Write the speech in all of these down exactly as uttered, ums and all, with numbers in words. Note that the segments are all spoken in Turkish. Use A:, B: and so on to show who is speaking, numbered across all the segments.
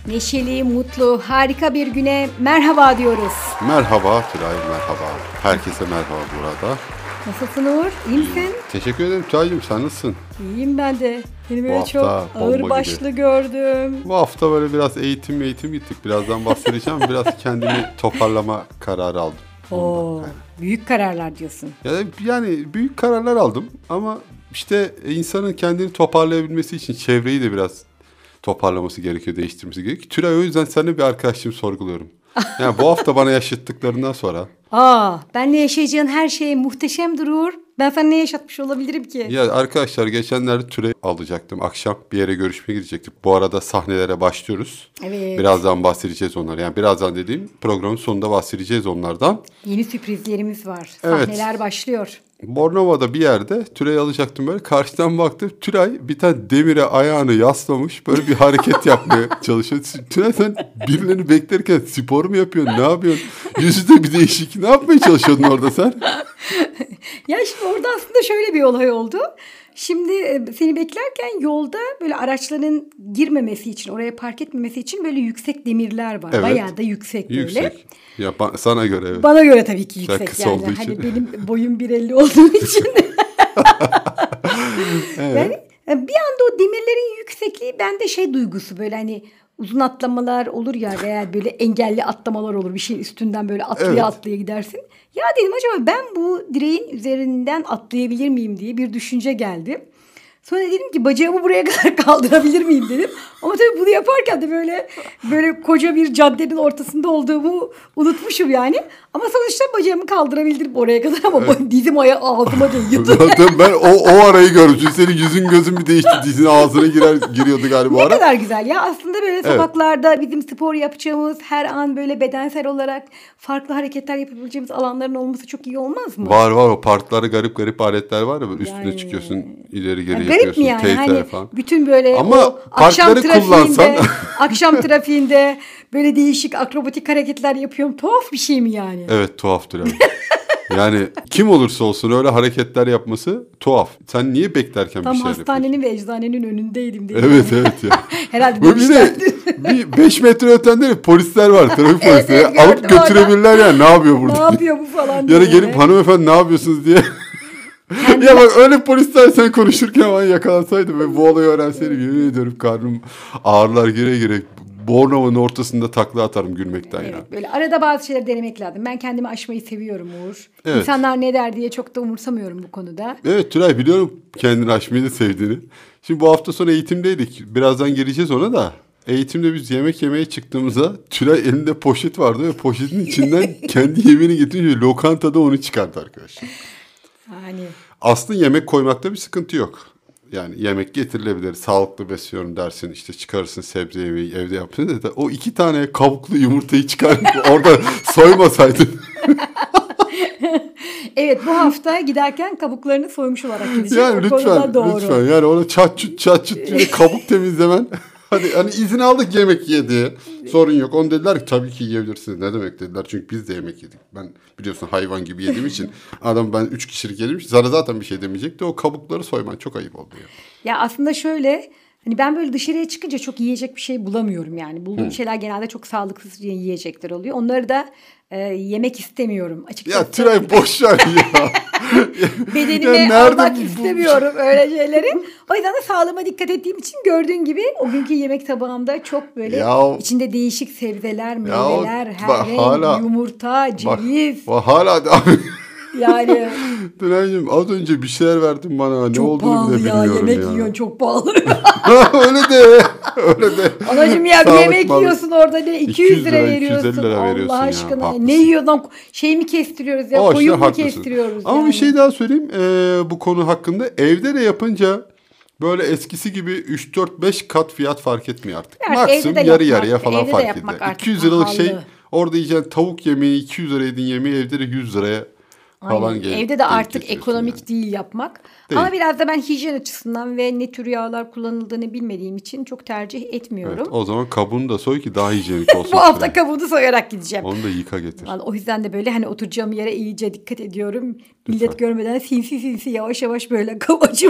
A: Neşeli, mutlu, harika bir güne merhaba diyoruz.
B: Merhaba Tülay, merhaba. Herkese merhaba burada.
A: Nasılsın Uğur? İyi misin?
B: Teşekkür ederim Tülay'cığım, sen nasılsın?
A: İyiyim ben de. Seni böyle çok ağır başlı gördüm.
B: Bu hafta böyle biraz eğitim eğitim gittik. Birazdan bahsedeceğim. Biraz kendimi toparlama kararı aldım.
A: Oo, yani. Büyük kararlar diyorsun.
B: Yani, yani büyük kararlar aldım ama işte insanın kendini toparlayabilmesi için çevreyi de biraz toparlaması gerekiyor, değiştirmesi gerekiyor. Tülay, o yüzden seninle bir arkadaşlığımı sorguluyorum. Yani bu hafta bana yaşattıklarından sonra.
A: Aa, benle yaşayacağın her şey muhteşem durur. Ben sana ne yaşatmış olabilirim ki?
B: Ya arkadaşlar, geçenlerde Tülay alacaktım. Akşam bir yere görüşmeye gidecektik. Bu arada sahnelere başlıyoruz.
A: Evet.
B: Birazdan bahsedeceğiz onları. Yani birazdan dediğim programın sonunda bahsedeceğiz onlardan.
A: Yeni sürprizlerimiz var.
B: Evet.
A: Sahneler başlıyor.
B: Bornova'da bir yerde Tülay'ı alacaktım böyle. Karşıdan baktım. Tülay bir tane demire ayağını yaslamış. Böyle bir hareket yapmaya çalışıyor. Tülay, sen birilerini beklerken spor mu yapıyorsun? Ne yapıyorsun? Yüzünde bir değişik. Ne yapmaya çalışıyordun orada sen?
A: Ya şimdi orada aslında şöyle bir olay oldu. Şimdi seni beklerken yolda böyle araçların girmemesi için, oraya park etmemesi için böyle yüksek demirler var. Evet. Bayağı da yüksek böyle. Yüksek.
B: Ya sana göre evet.
A: Bana göre tabii ki yüksek.
B: Kısa
A: yani.
B: olduğu için.
A: Hani benim boyum bir elli olduğu için. Evet. Yani bir anda o demirlerin yüksekliği bende şey duygusu, böyle hani uzun atlamalar olur ya veya böyle engelli atlamalar olur. Bir şeyin üstünden böyle atlaya evet. atlaya gidersin. Ya dedim, acaba ben bu direğin üzerinden atlayabilir miyim diye bir düşünce geldi. Sonra dedim ki bacağımı buraya kadar kaldırabilir miyim dedim. Ama tabii bunu yaparken de böyle böyle koca bir caddenin ortasında olduğumu unutmuşum yani. Ama sonuçta bacağımı kaldırabildim oraya kadar ama evet. Dizim aya ağzıma değiyordu.
B: Zaten ben o, o arayı görmüştüm. Senin yüzün gözün bir değişti. Dizin ağzına girer, giriyordu galiba.
A: Ne
B: ara.
A: kadar güzel ya. Aslında böyle sokaklarda evet. bizim spor yapacağımız, her an böyle bedensel olarak farklı hareketler yapabileceğimiz alanların olması çok iyi olmaz mı?
B: Var var, o parklarda garip garip aletler var ya. Üstüne yani, çıkıyorsun, ileri geri yani
A: garip mi yani? Hani
B: falan.
A: Bütün böyle
B: ama
A: o akşam trafiğinde,
B: kullansan...
A: akşam trafiğinde böyle değişik akrobatik hareketler yapıyorum. Tuhaf bir şey mi yani?
B: Evet, tuhaftır abi. Yani kim olursa olsun öyle hareketler yapması tuhaf. Sen niye beklerken
A: tam
B: bir şey
A: yapıyorsun? Tam hastanenin ve eczanenin önündeydim diye.
B: Evet yani. Evet ya.
A: Herhalde
B: demişlerdi. Bir beş metre ötende polisler var, trafik polisleri. Evet, evet, alıp götürebilirler ya, ne yapıyor burada?
A: Ne yapıyor bu falan
B: diye. Yani gelip hanımefendi ne yapıyorsunuz diye. Ya bak, öyle polisler sen konuşurken ben yakalansaydım ve bu olayı öğrenseydim, yemin ediyorum karnım ağrılar gire gire Bornova'nın ortasında takla atarım gülmekten
A: evet,
B: ya.
A: Böyle arada bazı şeyler denemek lazım. Ben kendimi aşmayı seviyorum Uğur.
B: Evet.
A: İnsanlar ne der diye çok da umursamıyorum bu konuda.
B: Evet Tülay, biliyorum kendini aşmayı da sevdiğini. Şimdi bu hafta sonu eğitimdeydik. Birazdan geleceğiz ona da. Eğitimde biz yemek yemeye çıktığımızda Tülay elinde poşet vardı ve poşetin içinden kendi yemeğini getirince lokantada onu çıkardı arkadaşlar.
A: Yani.
B: Aslında yemek koymakta bir sıkıntı yok. Yani yemek getirilebilir, sağlıklı besliyorum dersin, işte çıkarırsın sebze yemeği evde yapsın da o iki tane kabuklu yumurtayı çıkar orada soymasaydın.
A: Evet, bu hafta giderken kabuklarını soymuş olarak gideceğim.
B: Yani o lütfen, lütfen yani ona çat çut çat çut bir kabuk temizlemen. Hadi hani izin aldık yemek ye diye. Sorun yok. Onu dediler ki tabii ki yiyebilirsiniz. Ne demek dediler. Çünkü biz de yemek yedik. Ben biliyorsun hayvan gibi yediğim için. Adam ben üç kişilik yedim. Sana zaten bir şey demeyecekti. O kabukları soyman çok ayıp oldu ya.
A: Ya aslında şöyle, hani ben böyle dışarıya çıkınca çok yiyecek bir şey bulamıyorum yani. Bulduğum hmm. şeyler genelde çok sağlıksız yiyecekler oluyor. Onları da e, yemek istemiyorum açıkçası.
B: Ya Tülay boş ver ya.
A: Bedenime almak istemiyorum öyle şeyleri. O yüzden de sağlığıma dikkat ettiğim için gördüğün gibi o günkü yemek tabağımda çok böyle ya, içinde değişik sebzeler, meyveler, ya, her renk, hala,
B: yumurta,
A: ceviz.
B: Bak, bak hala da...
A: Yani.
B: Tülay'cığım az önce bir şeyler verdin bana. Ne
A: çok
B: olduğunu bile bilmiyorum ya.
A: Çok pahalı ya. Yemek yiyorsun çok pahalı.
B: Öyle de. Öyle de.
A: Anacığım ya, bir yemek mal. Yiyorsun orada ne? iki yüz lira veriyorsun.
B: iki yüz elli lira veriyorsun
A: Allah
B: ya,
A: aşkına.
B: haklısın.
A: Ne yiyorsun? Şey mi kestiriyoruz ya?
B: O
A: Koyun
B: işte
A: mu
B: haklısın.
A: kestiriyoruz?
B: Ama
A: yani.
B: bir şey daha söyleyeyim ee, bu konu hakkında. Evde de yapınca böyle eskisi gibi üç dört beş kat fiyat fark etmiyor artık. Evet, maksimum yarı yapmak, yarıya falan fark ediyor. iki yüz liralık pahalı. Şey orada yiyeceğin tavuk yemeği iki yüz liraya yediğin yemeği evde de yüz liraya falan gel.
A: Evde de artık ekonomik
B: yani.
A: Değil yapmak. Değil. Ama biraz da ben hijyen açısından ve ne tür yağlar kullanıldığını bilmediğim için çok tercih etmiyorum. Evet,
B: o zaman kabuğunu da soy ki daha hijyenik olsun.
A: Bu hafta kabuğunu soyarak gideceğim.
B: Onu da yıka getir.
A: Vallahi o yüzden de böyle hani oturacağım yere iyice dikkat ediyorum. Millet Lütfen. Görmeden sinsi sinsi yavaş yavaş böyle açıp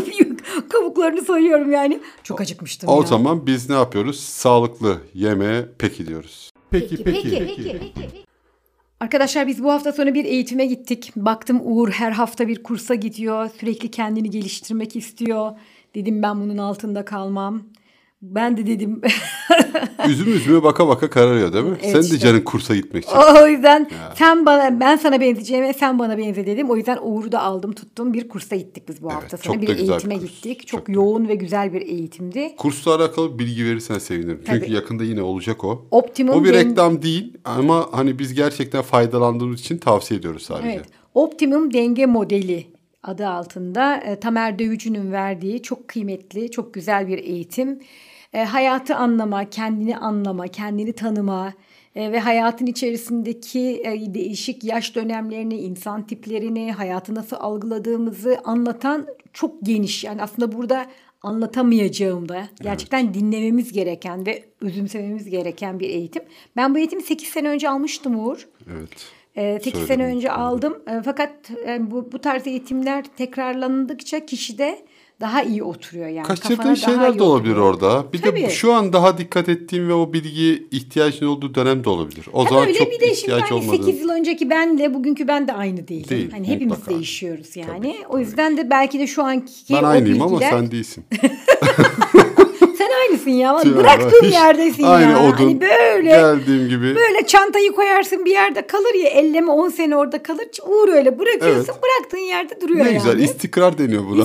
A: Kabuklarını soyuyorum yani. Çok acıkmıştım
B: O
A: ya.
B: zaman biz ne yapıyoruz? Sağlıklı yemeğe peki diyoruz. Peki peki.
A: Peki, peki, peki. Arkadaşlar biz bu hafta sonu bir eğitime gittik. Baktım Uğur her hafta bir kursa gidiyor. Sürekli kendini geliştirmek istiyor. Dedim ben bunun altında kalmam. Ben de dedim.
B: Üzüm üzüme baka baka kararıyor değil mi?
A: Evet
B: Senin de
A: işte.
B: canın kursa gitmek için.
A: O yüzden ya. sen bana ben sana benzeyeceğime sen bana benze dedim. O yüzden Uğur'u da aldım tuttum. Bir kursa gittik biz bu
B: Evet,
A: hafta sonu.
B: çok
A: Bir
B: da güzel
A: eğitime
B: bir kurs.
A: gittik. Çok,
B: Çok
A: yoğun da. ve güzel bir eğitimdi.
B: Kursla alakalı bilgi verirsen sevinirim. Çünkü
A: Tabii.
B: yakında yine olacak o.
A: Optimum
B: o bir
A: den-
B: reklam değil ama hani biz gerçekten faydalandığımız için tavsiye ediyoruz sadece.
A: Evet. Optimum denge modeli adı altında e, Tamer Dövücü'nün verdiği çok kıymetli, çok güzel bir eğitim. E, hayatı anlama, kendini anlama, kendini tanıma e, ve hayatın içerisindeki e, değişik yaş dönemlerini, insan tiplerini, hayatı nasıl algıladığımızı anlatan çok geniş. Yani aslında burada anlatamayacağım da gerçekten evet. dinlememiz gereken ve özümsememiz gereken bir eğitim. Ben bu eğitimi sekiz sene önce almıştım Uğur.
B: Evet.
A: sekiz sene önce aldım. Fakat bu, bu tarz eğitimler tekrarlandıkça kişide daha iyi oturuyor yani.
B: Kaçırdığın şeyler de olabilir
A: oturuyor.
B: orada. Bir
A: Tabii.
B: de şu an daha dikkat ettiğim ve o bilgiye ihtiyacın olduğu dönem de olabilir. O
A: Tabii
B: zaman
A: öyle,
B: çok
A: bir de
B: ihtiyaç
A: şimdi
B: olmadı.
A: sekiz yıl önceki benle bugünkü ben de aynı değil.
B: Değil,
A: Hani hepimiz
B: mutlaka.
A: değişiyoruz yani.
B: Tabii,
A: o yüzden de belki de şu anki
B: ben
A: o
B: aynıyım
A: bilgiler...
B: ama sen değilsin.
A: Sen aynısın ya. Bıraktığın
B: Hiç,
A: yerdesin
B: aynı
A: ya.
B: odun.
A: Hani böyle
B: Geldiğim gibi.
A: Böyle çantayı koyarsın bir yerde kalır ya, elleme on sene orada kalır. Uğur öyle bırakıyorsun,
B: Evet.
A: bıraktığın yerde duruyor
B: Ne
A: yani.
B: güzel istikrar deniyor buna.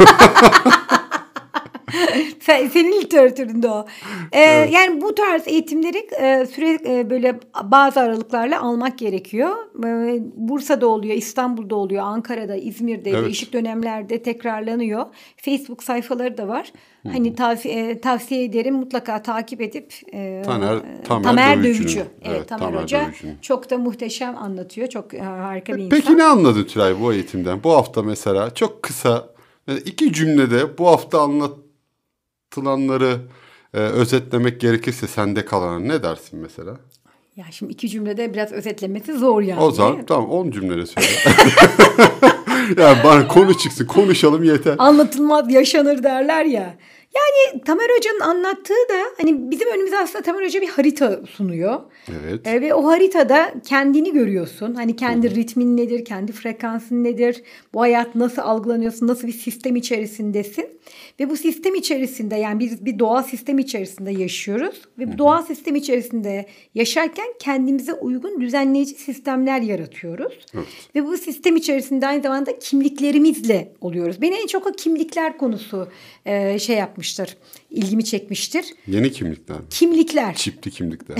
A: Sen, senin literatüründe o. Ee, evet. Yani bu tarz eğitimleri e, sürekli e, böyle bazı aralıklarla almak gerekiyor. E, Bursa'da oluyor, İstanbul'da oluyor, Ankara'da, İzmir'de evet. değişik dönemlerde tekrarlanıyor. Facebook sayfaları da var. Hı. Hani tavsiye, tavsiye ederim mutlaka takip edip. E,
B: Taner, Tamer,
A: Tamer
B: Dövücü.
A: Dövücü. Evet, evet Tamer, Tamer Hoca Dövücü'nün. Çok da muhteşem anlatıyor. Çok e, harika bir insan.
B: Peki ne anladın Tülay bu eğitimden? Bu hafta mesela çok kısa iki cümlede bu hafta anlat anlatılanları e, özetlemek gerekirse sende kalan ne dersin mesela?
A: Ya şimdi iki cümlede biraz özetlemesi zor yani.
B: O zaman tamam on cümlede söyle. Yani bana konu çıksın, konuşalım yeter.
A: Anlatılmaz yaşanır derler ya. Yani Tamer Hoca'nın anlattığı da hani bizim önümüze aslında Tamer Hoca bir harita sunuyor.
B: Evet.
A: E, ve o haritada kendini görüyorsun. Hani kendi Hı-hı. ritmin nedir, kendi frekansın nedir? Bu hayat nasıl algılanıyorsun, nasıl bir sistem içerisindesin? Ve bu sistem içerisinde yani biz bir doğal sistem içerisinde yaşıyoruz. Ve bu doğal sistem içerisinde yaşarken kendimize uygun düzenleyici sistemler yaratıyoruz. Evet. Ve bu sistem içerisinde aynı zamanda kimliklerimizle oluyoruz. Beni en çok o kimlikler konusu e, şey yapmıştır, ilgimi çekmiştir.
B: Yeni kimlikler mi?
A: Kimlikler.
B: Çipli kimlikler.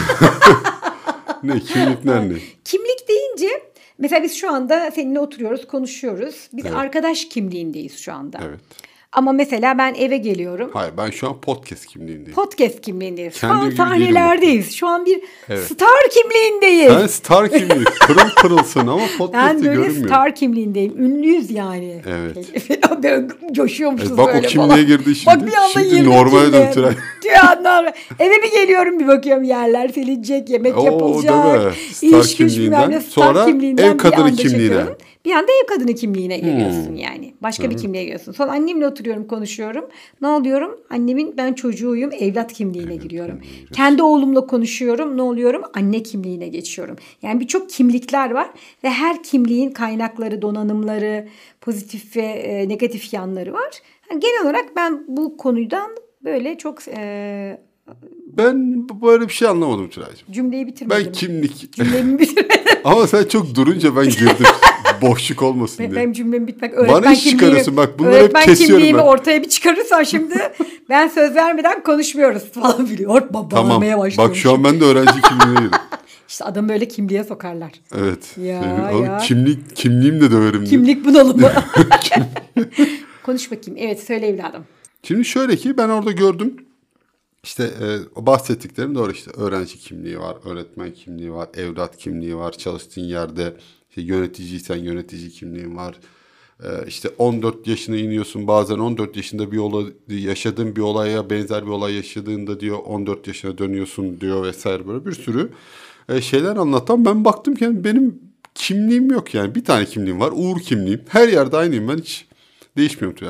B: Ne kimlikler ne?
A: Kimlik deyince mesela biz şu anda seninle oturuyoruz, konuşuyoruz. Biz evet. arkadaş kimliğindeyiz şu anda.
B: Evet.
A: Ama mesela ben eve geliyorum.
B: Hayır ben şu an podcast kimliğindeyim.
A: Podcast kimliğindeyiz. Şu an sahnelerdeyiz. Şu an bir evet. star kimliğindeyiz.
B: Ben star kimliği. Pırıl pırılsın ama podcast'ı görünmüyor.
A: Ben böyle star kimliğindeyim. Ünlüyüz yani.
B: Evet.
A: Böyle coşuyormuşuz
B: evet, bak
A: böyle
B: o kimliğe
A: falan.
B: girdi şimdi.
A: Bak bir anda
B: şimdi normale döntüler.
A: Eve bir geliyorum bir bakıyorum yerler silinecek, yemek
B: Oo,
A: yapılacak.
B: Star İş kimliğinden sonra ev kadını kimliğine.
A: Bir anda ev kadını kimliğine geliyorsun hmm. yani. Başka hmm. bir kimliğe geliyorsun. Sonra annemle oturuyorum, konuşuyorum. Ne oluyorum? Annemin ben çocuğuyum, evlat kimliğine evet, giriyorum. Evet. Kendi oğlumla konuşuyorum. Ne oluyorum? Anne kimliğine geçiyorum. Yani birçok kimlikler var ve her kimliğin kaynakları, donanımları, pozitif ve e, negatif yanları var. Yani genel olarak ben bu konudan böyle çok... E,
B: Ben böyle bir şey anlamadım Tülay'cığım.
A: Cümleyi bitirmedim.
B: Ben kimlik.
A: Cümlemi bitirmedim.
B: Ama sen çok durunca ben girdim. Boşluk olmasın diye.
A: Benim cümlemi bitmek. Öğretmen
B: Bana iş çıkarıyorsun bak bunları hep kesiyorum ben.
A: Öğretmen kimliğimi ortaya bir çıkarırsan şimdi ben söz vermeden konuşmuyoruz falan biliyor. Ba-
B: tamam bak şu an ben de öğrenci kimliğine girdim.
A: İşte adamı böyle kimliğe sokarlar.
B: Evet.
A: Ya,
B: Senin,
A: ya.
B: Kimlik, kimliğimle döverim.
A: Kimlik bunalımı. Konuş bakayım. Evet söyle evladım.
B: Şimdi şöyle ki ben orada gördüm. İşte e, bahsettiklerim doğru işte öğrenci kimliği var, öğretmen kimliği var, evlat kimliği var, çalıştığın yerde işte yöneticiysen yönetici kimliğin var. E, işte on dört yaşına iniyorsun bazen on dört yaşında bir olay yaşadığın bir olaya benzer bir olay yaşadığında diyor on dört yaşına dönüyorsun diyor vesaire böyle bir sürü e, şeyler anlatan ben baktım ki benim kimliğim yok yani bir tane kimliğim var Uğur kimliğim her yerde aynıyım ben hiç değişmiyorum Tülay'cığım.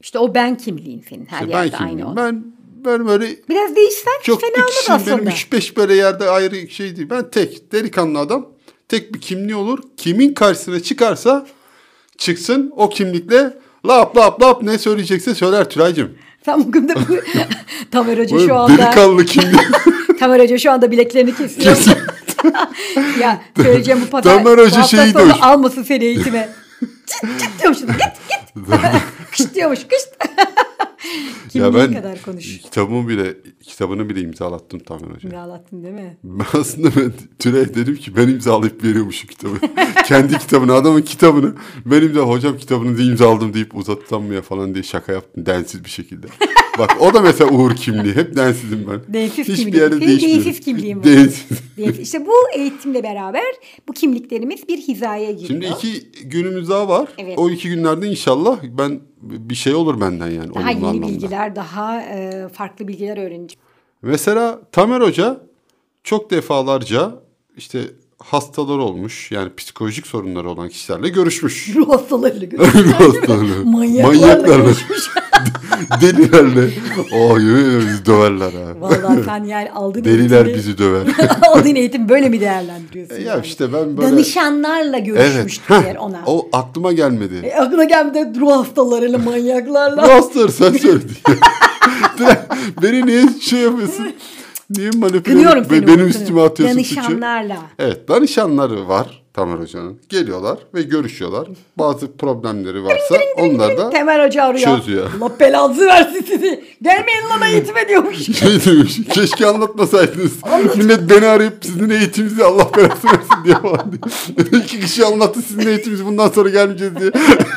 A: İşte o ben kimliğin senin. Her
B: İşte ben
A: yerde
B: kimliğim.
A: aynı o.
B: Ben, ben böyle
A: Biraz değişsen hiç
B: çok
A: fena
B: bir
A: olmaz
B: kişiyim.
A: aslında.
B: Benim üç beş böyle yerde ayrı şey değil. Ben tek delikanlı adam. Tek bir kimliği olur. Kimin karşısına çıkarsa çıksın o kimlikle lap lap lap ne söyleyecekse söyler Tülay'cığım.
A: Sen bugün de bu... Tamer Hoca
B: Böyle
A: şu anda...
B: delikanlı kimliği.
A: Tamer Hoca şu anda bileklerini kesiyor.
B: Kesin.
A: Ya söyleyeceğim bu pazar.
B: Tamer Hoca
A: bu hafta
B: şeyi
A: sonu
B: demiş.
A: almasın seni eğitime. Çıt çıt diyormuşsun. Git git. Kış diyormuş kış. Kimliğin
B: Ya ben
A: kadar konuş.
B: kitabımı bile kitabını bile imzalattım Tamer Hoca.
A: İmzalattın değil mi?
B: Ben aslında ben Tülay dedim ki ben imzalayıp veriyormuşum kitabı. Kendi kitabını, adamın kitabını ben imza hocam kitabını da imzaladım deyip uzattamıyor falan diye şaka yaptım densiz bir şekilde. Bak o da mesela Uğur kimliği. Hep densizim ben.
A: Densiz
B: Hiçbir
A: kimliği.
B: yerde
A: Senin
B: değişmiyorum.
A: densiz kimliğin var.
B: Densiz.
A: Densiz. İşte bu eğitimle beraber bu kimliklerimiz bir hizaya giriyor.
B: Şimdi iki günümüz daha var.
A: Evet.
B: O iki günlerde inşallah ben bir şey olur benden yani.
A: Daha
B: olumlu
A: yeni
B: anlamda.
A: bilgiler, daha e, farklı bilgiler öğreneceğim.
B: Mesela Tamer Hoca çok defalarca işte hastalar olmuş yani psikolojik sorunları olan kişilerle görüşmüş.
A: Ruh hastalarıyla görüşmüş.
B: Ruh hastalarıyla.
A: Manyaklarla,
B: Manyaklarla.
A: görüşmüş.
B: Delilerle. Oh yemin bizi döverler ha.
A: Vallahi sen yani aldığın
B: Deliler
A: eğitimi,
B: bizi döver.
A: aldığın eğitim böyle mi değerlendiriyorsun?
B: ya
A: yani?
B: işte ben böyle...
A: Danışanlarla görüşmüş
B: Evet.
A: diyor ona.
B: O aklıma gelmedi.
A: E, aklına gelmedi ruh hastalarıyla, manyaklarla.
B: Ruh hastaları sen söyledin. Beni niye şey yapıyorsun? Niye manipüle
A: Kınıyorum
B: edip
A: seni.
B: benim
A: Umut,
B: üstüme atıyorsun suçu?
A: Danışanlarla.
B: Evet, danışanları var Tamer Hoca'nın. Geliyorlar ve görüşüyorlar. Bazı problemleri varsa onlar da
A: Temel Hoca arıyor.
B: çözüyor.
A: Allah belanızı versin sizi. Gelmeyin lan eğitim ediyormuş.
B: Şey demiş, keşke anlatmasaydınız. Millet beni arayıp sizin eğitiminizi Allah belasını versin diye falan diyor. İki kişi anlattı sizin eğitiminizi bundan sonra gelmeyeceğiz diye.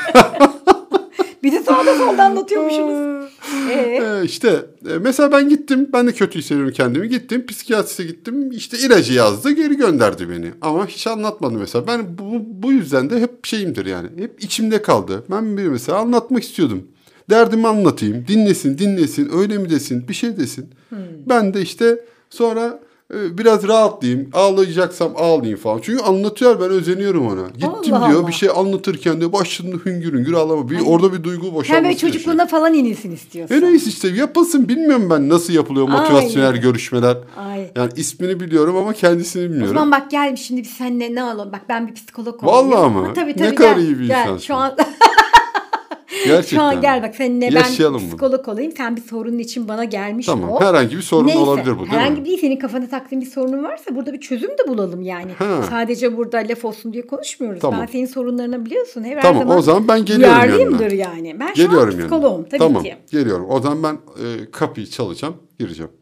A: Bizi sağda solda anlatıyormuşsunuz. Ee?
B: Ee, işte e, mesela ben gittim. Ben de kötü hissediyorum kendimi. Gittim psikiyatriste gittim. İşte ilacı yazdı geri gönderdi beni. Ama hiç anlatmadı mesela. Ben bu, bu yüzden de hep şeyimdir yani. Hep içimde kaldı. Ben bir mesela anlatmak istiyordum. Derdimi anlatayım. Dinlesin dinlesin. Öyle mi desin bir şey desin. Hmm. Ben de işte sonra e, biraz rahatlayayım. Ağlayacaksam ağlayayım falan. Çünkü anlatıyor ben özeniyorum ona. Gittim
A: Allah
B: diyor
A: Allah.
B: bir şey anlatırken de başladığında hüngür hüngür ağlama. Bir, orada bir duygu boşalması
A: Hem böyle
B: yaşıyor.
A: çocukluğuna falan inilsin istiyorsun.
B: E neyse işte yapılsın bilmiyorum ben nasıl yapılıyor motivasyonel
A: Aynen.
B: görüşmeler.
A: Ay.
B: Yani ismini biliyorum ama kendisini
A: O
B: bilmiyorum.
A: zaman bak gel şimdi biz seninle ne alalım? Bak ben bir psikolog olayım.
B: Vallahi mı?
A: Ha, tabii,
B: Ne
A: tabii,
B: kadar
A: gel,
B: iyi bir
A: gel.
B: insansın.
A: Şu an
B: Gerçekten.
A: Şu an gel bak seninle ben
B: Yaşayalım mı?
A: psikolog olayım. Sen bir sorunun için bana gelmiş
B: Tamam.
A: ol.
B: Herhangi bir sorun
A: Neyse,
B: olabilir bu değil
A: herhangi
B: mi?
A: bir senin kafana taktığın bir sorunun varsa burada bir çözüm de bulalım yani.
B: Ha.
A: Sadece burada laf olsun diye konuşmuyoruz.
B: Tamam.
A: Ben senin sorunlarını biliyorsun. Her
B: Tamam,
A: zaman
B: o zaman ben geliyorum
A: duyarlıyımdır
B: yanına.
A: yani. Ben
B: Geliyorum
A: şu an
B: yani.
A: psikoloğum tabii
B: tamam,
A: ki.
B: geliyorum. O zaman ben e, kapıyı çalacağım, gireceğim.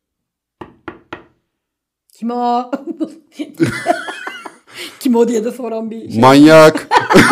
A: Kim o? Kim o diye de soran bir şey.
B: Manyak.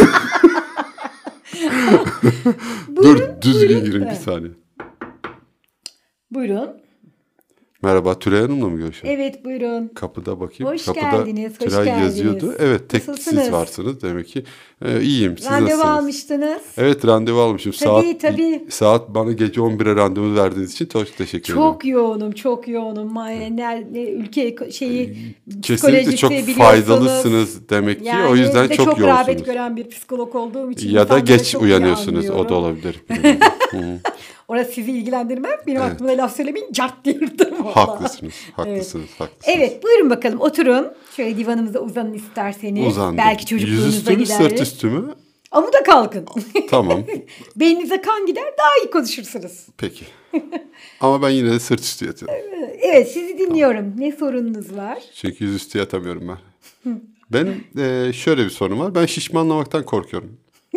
A: Buyurun,
B: Dur düzgün
A: buyurun.
B: girin bir
A: Evet.
B: saniye.
A: Buyurun.
B: Merhaba Tülay Hanım'la mı görüşüyorum?
A: Evet buyurun.
B: Kapıda bakayım.
A: Hoş
B: Kapıda
A: geldiniz, hoş
B: Tülay
A: geldiniz.
B: yazıyordu. Evet tek
A: Nasılsınız?
B: siz varsınız demek ki. Ee, iyiyim. Siz
A: Randevu
B: nasılsınız?
A: almıştınız.
B: Evet randevu almışım.
A: Tabii,
B: saat
A: tabii.
B: saat bana gece on bire randevu verdiğiniz için çok teşekkür ederim.
A: Çok yoğunum, çok yoğunum. Ma- Ne, ne, ülke şeyi
B: Kesinlikle
A: psikolojisi
B: çok
A: biliyorsunuz.
B: faydalısınız demek ki.
A: Yani
B: o yüzden
A: bir de
B: çok,
A: çok
B: yoğunsunuz.
A: rağbet gören bir psikolog olduğum için.
B: Ya da
A: insanları
B: geç
A: çok iyi
B: uyanıyorsunuz. O da
A: anlıyorum.
B: olabilir. Hı hı.
A: Orası sizi ilgilendirmez. Benim
B: Evet.
A: aklıma laf söylemeyin. Cart diye yırtırım valla.
B: haklısınız. Haklısınız. Haklısınız.
A: Evet buyurun bakalım oturun. Şöyle divanımıza uzanın isterseniz.
B: Uzandım.
A: Belki çocukluğunuza
B: Yüzüstü mü, sırt
A: gideriz.
B: üstü mü?
A: Amuda kalkın.
B: Tamam.
A: Beyninize kan gider daha iyi konuşursunuz.
B: Peki. Ama ben yine de sırt üstü yatıyorum.
A: Evet sizi dinliyorum. Ne sorununuz var?
B: Çünkü yüzüstü yatamıyorum ben. Benim e, şöyle bir sorun var. Ben şişmanlamaktan korkuyorum.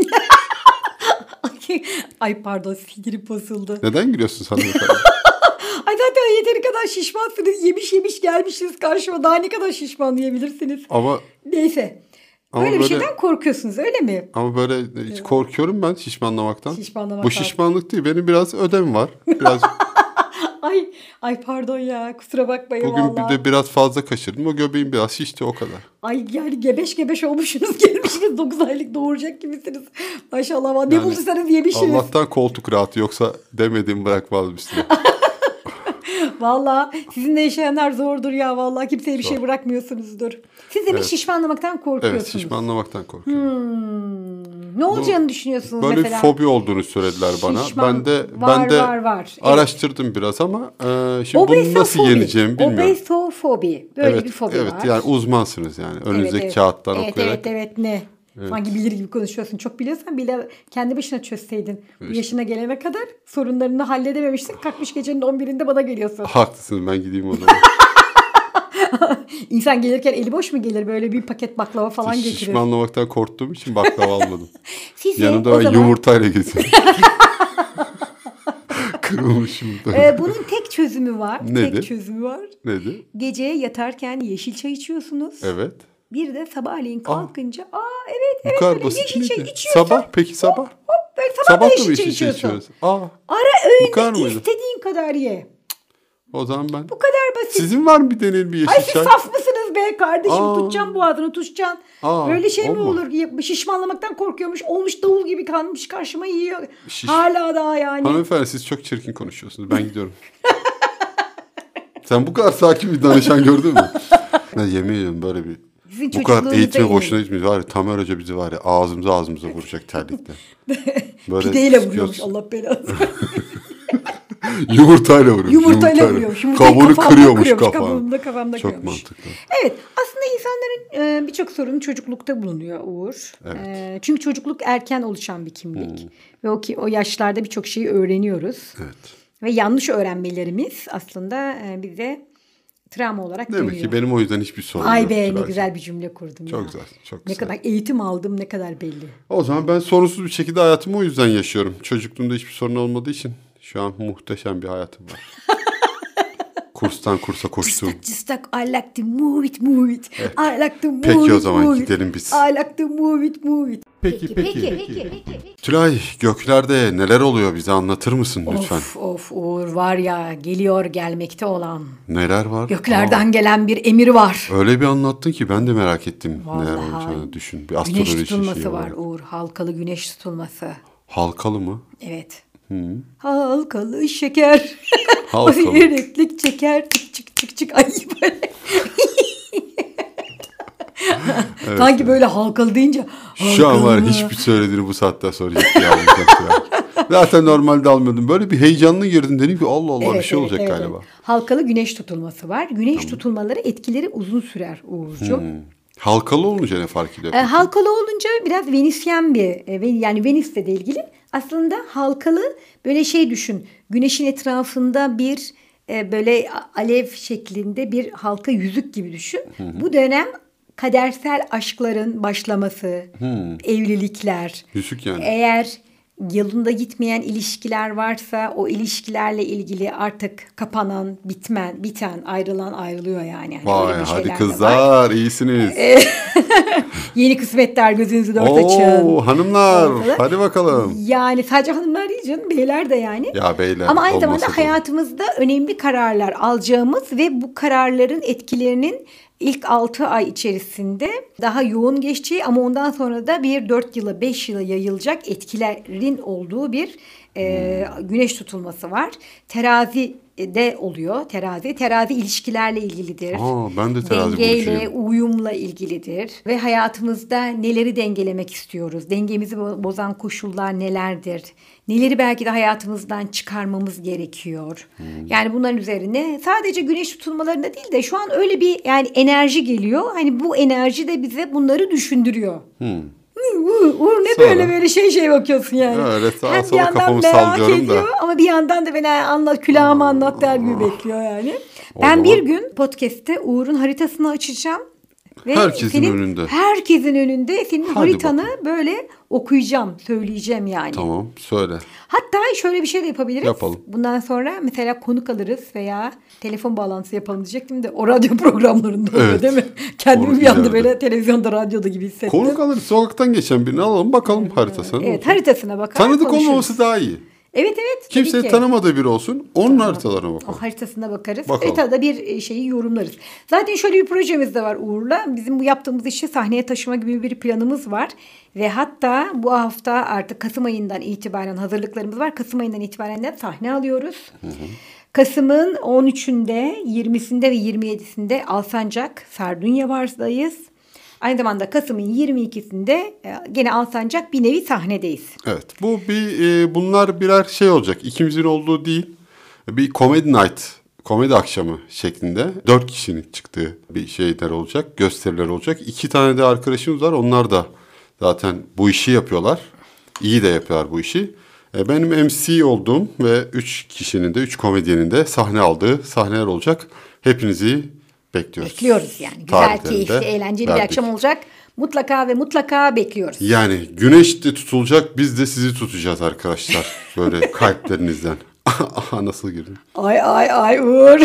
A: Ay, ay pardon sinirim bozuldu.
B: Neden gülüyorsunuz hanımefendi?
A: Ay zaten yeteri kadar şişmansınız. Yemiş yemiş gelmişsiniz karşıma. Daha ne kadar şişman diyebilirsiniz.
B: Ama
A: Neyse.
B: Ama
A: Öyle bir
B: böyle-
A: şeyden korkuyorsunuz öyle mi?
B: ama böyle hiç korkuyorum ben şişmanlamaktan.
A: Şişmanlamaktan.
B: Bu şişmanlık değil. Benim biraz ödem var. Biraz
A: Ay ay pardon ya kusura bakmayın
B: bugün
A: valla.
B: bir de biraz fazla kaçırdım. O göbeğim biraz şişti o kadar.
A: Ay yani gebeş gebeş olmuşsunuz gelmişsiniz dokuz aylık doğuracak gibisiniz. Maşallah ne
B: Yani
A: bulduysanız yemişsiniz.
B: Allah'tan koltuk rahatı yoksa demediğimi bırakmazdım size.
A: Valla sizinle yaşayanlar zordur ya valla kimseye bir
B: Zor.
A: şey bırakmıyorsunuzdur. Siz demek
B: Evet.
A: şişmanlamaktan korkuyorsunuz.
B: Evet şişmanlamaktan korkuyorum.
A: Hmm. Ne olacağını düşünüyorsunuz
B: böyle
A: mesela?
B: Böyle fobi olduğunu söylediler bana.
A: Şişman,
B: ben de
A: var,
B: ben de
A: var, var.
B: araştırdım evet. biraz ama e, şimdi bunu nasıl yeneceğimi bilmiyorum.
A: Obesofobi. Böyle
B: evet,
A: bir fobi
B: evet,
A: var.
B: Evet yani uzmansınız yani. Önünüzdeki
A: evet,
B: kağıttan
A: evet,
B: okuyarak.
A: Evet evet ne? Evet. Sanki bilir gibi konuşuyorsun. Çok biliyorsan bile kendi başına çözseydin. Evet. Bu yaşına gelene kadar sorunlarını halledememişsin. Kalkmış gecenin on birinde bana geliyorsun.
B: Haklısın, ben gideyim o zaman.
A: İnsan gelirken eli boş mu gelir? Böyle bir paket baklava falan
B: Şiş,
A: getirir.
B: Şişmanlamaktan korktuğum için baklava almadım.
A: Siz
B: Yanımda ben zaman... yumurtayla getirdim. Kırılmış yumurta.
A: Ee, bunun tek çözümü var.
B: Nedir?
A: Tek çözümü var.
B: Nedir?
A: Gece yatarken yeşil çay içiyorsunuz.
B: Evet.
A: Bir de sabahleyin kalkınca aa, aa evet evet.
B: Bu kadar basit
A: yeşil
B: miydi?
A: çay içiyorsun.
B: Sabah peki sabah?
A: Hop, hop, böyle sabah, sabah da yeşil, yeşil çay içiyorsun. içiyoruz.
B: Aa,
A: Ara öğünde istediğin kadar ye.
B: O zaman ben...
A: Bu kadar basit.
B: Sizin var mı bir deneyim bir yeşil
A: Ay,
B: çay?
A: Ay siz saf mısınız be kardeşim?
B: Aa.
A: Tutacaksın boğazını, tutacaksın. Aa, böyle şey mi olur? Şişmanlamaktan korkuyormuş. Olmuş davul gibi kalmış karşıma yiyor. Şiş... Hala daha yani.
B: Hanımefendi siz çok çirkin konuşuyorsunuz. Ben gidiyorum. Sen bu kadar sakin bir danışan gördün mü? Ben yemin ediyorum böyle bir... Sizin bu kadar eğitime boşuna gitmiyor. Var ya Tamer Hoca bizi var ya ağzımıza ağzımıza vuracak terlikle.
A: Böyle pideyle vuruyormuş Allah belanı.
B: Yumurtayla vuruyormuş.
A: Yumurtayla vuruyormuş.
B: Kabuğunu kırıyormuş kafamda.
A: Kabuğunda kafamda
B: Çok
A: kırıyormuş.
B: mantıklı.
A: Evet aslında insanların e, birçok sorunu çocuklukta bulunuyor Uğur.
B: Evet.
A: E, çünkü çocukluk erken oluşan bir kimlik. Hmm. Ve o ki o yaşlarda birçok şeyi öğreniyoruz.
B: Evet.
A: Ve yanlış öğrenmelerimiz aslında e, bize travma olarak
B: dönüyor. Demek ki benim o yüzden hiçbir sorun yok.
A: Ay be ne güzel bir cümle kurdum
B: çok
A: ya.
B: Güzel, çok
A: ne
B: güzel.
A: kadar eğitim aldım ne kadar belli.
B: O zaman ben sorunsuz bir şekilde hayatımı o yüzden yaşıyorum. Çocukluğumda hiçbir sorun olmadığı için şu an muhteşem bir hayatım var. Kurstan kursa koştum.
A: Cıstak cıstak I like to move it move it. Evet. I like to move
B: peki
A: it,
B: o zaman
A: move
B: gidelim
A: it.
B: biz.
A: I like to move it move it.
B: Peki peki peki. peki, peki, peki. Tülay göklerde neler oluyor bize anlatır mısın lütfen?
A: Of of Uğur var ya geliyor gelmekte olan.
B: Neler var?
A: Göklerden Aa. gelen bir emir var.
B: Öyle bir anlattın ki ben de merak ettim.
A: Vallahi.
B: Neler olacağını düşün. Bir astroloji
A: güneş tutulması
B: şey
A: var Uğur. Halkalı güneş tutulması.
B: Halkalı mı?
A: Evet.
B: Hı.
A: Halkalı şeker.
B: Halkalı.
A: O yüreklik çeker. Çık çık çık çık. Ay böyle. Evet, sanki evet. Böyle halkalı deyince halkalı.
B: Şu an var hiçbir söylediğini bu saatten sonra ciddiye yani. Zaten normalde almıyordum. Böyle bir heyecanlı girdim. Dedim ki Allah Allah evet, bir şey evet, olacak evet, galiba.
A: Evet. Halkalı güneş tutulması var. Güneş tamam. tutulmaları etkileri uzun sürer Uğurcuğum. Hmm.
B: Halkalı olunca ne fark ediyor?
A: E, halkalı olunca biraz Venüsyen bir e, yani Venüs'le de ilgili. Aslında halkalı böyle şey düşün. Güneşin etrafında bir e, böyle alev şeklinde bir halka yüzük gibi düşün. Hı hı. Bu dönem kadersel aşkların başlaması, hmm. evlilikler.
B: Yüzük yani.
A: Eğer yolunda gitmeyen ilişkiler varsa o ilişkilerle ilgili artık kapanan, bitmen, biten, ayrılan ayrılıyor yani.
B: Vay hadi kızlar iyisiniz.
A: Yeni kısmetler gözünüzü dört
B: Oo,
A: açın.
B: Hanımlar Ortalık. Hadi bakalım.
A: Yani sadece hanımlar değil canım beyler de yani.
B: Ya beyler.
A: Ama aynı zamanda hayatımızda önemli kararlar alacağımız ve bu kararların etkilerinin İlk altı ay içerisinde daha yoğun geçeceği ama ondan sonra da bir dört yıla beş yıla yayılacak etkilerin olduğu bir e, güneş tutulması var. Terazi de oluyor. Terazi. Terazi ilişkilerle ilgilidir.
B: Aa, ben de terazi
A: Dengeyle,
B: burcuyum.
A: uyumla ilgilidir. Ve hayatımızda neleri dengelemek istiyoruz? Dengemizi bozan koşullar nelerdir? Neleri belki de hayatımızdan çıkarmamız gerekiyor? Hmm. Yani bunların üzerine sadece güneş tutulmalarında değil de şu an öyle bir yani enerji geliyor. Hani bu enerji de bize bunları düşündürüyor. Hmm. Uğur ne sonra, böyle böyle şey şey bakıyorsun yani.
B: Öyle sağa hem sola kafamı sallıyorum da.
A: Ama bir yandan da beni anlat külahımı anlat der gibi bekliyor yani. O ben zaman... bir gün podcast'te Uğur'un haritasını açacağım. Ve
B: herkesin
A: senin,
B: önünde.
A: Herkesin önünde senin
B: hadi
A: haritanı
B: bakalım.
A: Böyle okuyacağım, söyleyeceğim yani.
B: Tamam, söyle.
A: Hatta şöyle bir şey de yapabiliriz.
B: Yapalım.
A: Bundan sonra mesela konuk alırız veya telefon bağlantısı yapalım diyecektim de o radyo programlarında oluyor evet. Değil mi? Kendimi bir anda böyle televizyonda, radyoda gibi hissettim.
B: Konuk alırız, sokaktan geçen birini alalım bakalım evet, haritasına.
A: Evet, haritasına bakalım.
B: Tanıdık konuşuruz. Olmaması daha iyi.
A: Evet evet.
B: Kimse tanımadığı biri olsun. Onun tamam. Haritalarına bakalım.
A: O haritasına bakarız.
B: Bakalım.
A: Haritada bir şeyi yorumlarız. Zaten şöyle bir projemiz de var Uğur'la. Bizim bu yaptığımız işi sahneye taşıma gibi bir planımız var. Ve hatta bu hafta artık Kasım ayından itibaren hazırlıklarımız var. Kasım ayından itibaren de sahne alıyoruz. Hı hı. Kasım'ın on üçünde, yirmisinde ve yirmi yedisinde Alsancak Sardunya Bars'dayız. Aynı zamanda Kasım'ın yirmi ikisinde gene Alsancak bir nevi sahnedeyiz.
B: Evet. Bu bir e, bunlar birer şey olacak. İkimizin olduğu değil. Bir comedy night, komedi akşamı şeklinde dört kişinin çıktığı bir şeyler olacak, gösteriler olacak. İki tane de arkadaşımız var. Onlar da zaten bu işi yapıyorlar. İyi de yapıyorlar bu işi. E, benim M C olduğum ve üç kişinin de, üç komedyenin de sahne aldığı sahneler olacak. Hepinizi bekliyoruz.
A: Bekliyoruz yani. Güzel, keyifli, eğlenceli
B: verdik.
A: bir akşam olacak. Mutlaka ve mutlaka bekliyoruz.
B: Yani güneş de tutulacak, biz de sizi tutacağız arkadaşlar. Böyle kalplerinizden. Aha, nasıl girdin?
A: Ay ay ay Uğur.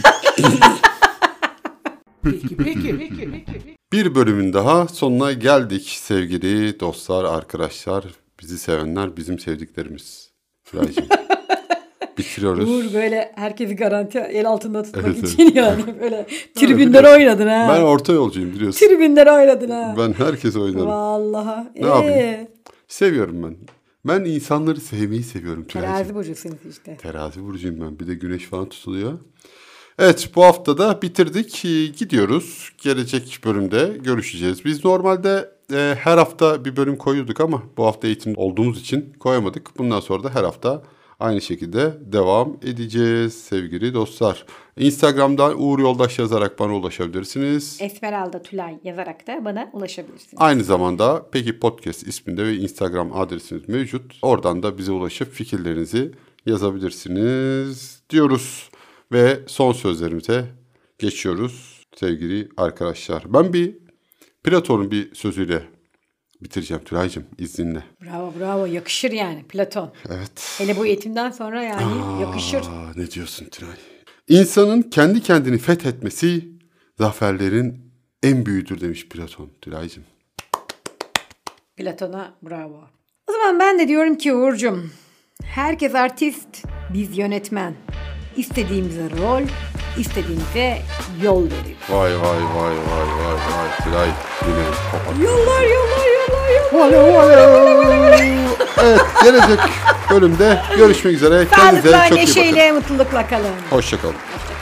C: Peki, peki, peki, peki.
B: Bir bölümün daha sonuna geldik sevgili dostlar, arkadaşlar, bizi sevenler, bizim sevdiklerimiz. Tülay'cığım. Bitiriyoruz.
A: Uğur böyle herkesi garanti el altında tutmak
B: Evet,
A: için
B: evet.
A: yani böyle tribünlere oynadın ha.
B: Ben orta yolcuyum biliyorsun.
A: Tribünlere oynadın ha.
B: Ben herkese oynarım.
A: Vallahi.
B: Ne yapayım? Seviyorum ben. Ben insanları sevmeyi seviyorum Tülay'cığım.
A: Terazi burcusunuz işte.
B: Terazi burcuyum ben. Bir de güneş falan tutuluyor. Evet, bu hafta da bitirdik. Ee, Gidiyoruz. Gelecek bölümde görüşeceğiz. Biz normalde e, her hafta bir bölüm koyuyorduk ama bu hafta eğitim olduğumuz için koyamadık. Bundan sonra da her hafta aynı şekilde devam edeceğiz sevgili dostlar. Instagram'dan Uğur Yoldaş yazarak bana ulaşabilirsiniz.
A: Esmeralda Tülay yazarak da bana ulaşabilirsiniz.
B: Aynı zamanda Peki Podcast isminde ve Instagram adresimiz mevcut. Oradan da bize ulaşıp fikirlerinizi yazabilirsiniz diyoruz. Ve son sözlerimize geçiyoruz sevgili arkadaşlar. Ben bir Platon'un bir sözüyle bitireceğim Tülay'cığım, izninle.
A: Bravo bravo, yakışır yani Platon.
B: Evet.
A: Hele bu eğitimden sonra yani
B: Aa,
A: yakışır.
B: ne diyorsun Tülay? İnsanın kendi kendini fethetmesi zaferlerin en büyüğüdür demiş Platon Tülay'cığım.
A: Platon'a bravo. O zaman ben de diyorum ki Uğur'cum, herkes artist, biz yönetmen. İstediğimize rol, istediğimize yol verir.
B: Vay vay vay vay vay vay Tülay yine kapat.
A: Yollar yollar yollar yollar.
B: Evet, gelecek bölümde görüşmek üzere. Kendinize
A: Sağlıkla,
B: çok iyi bakın.
A: neşeyle, mutlulukla kalın.
B: Hoşça kalın.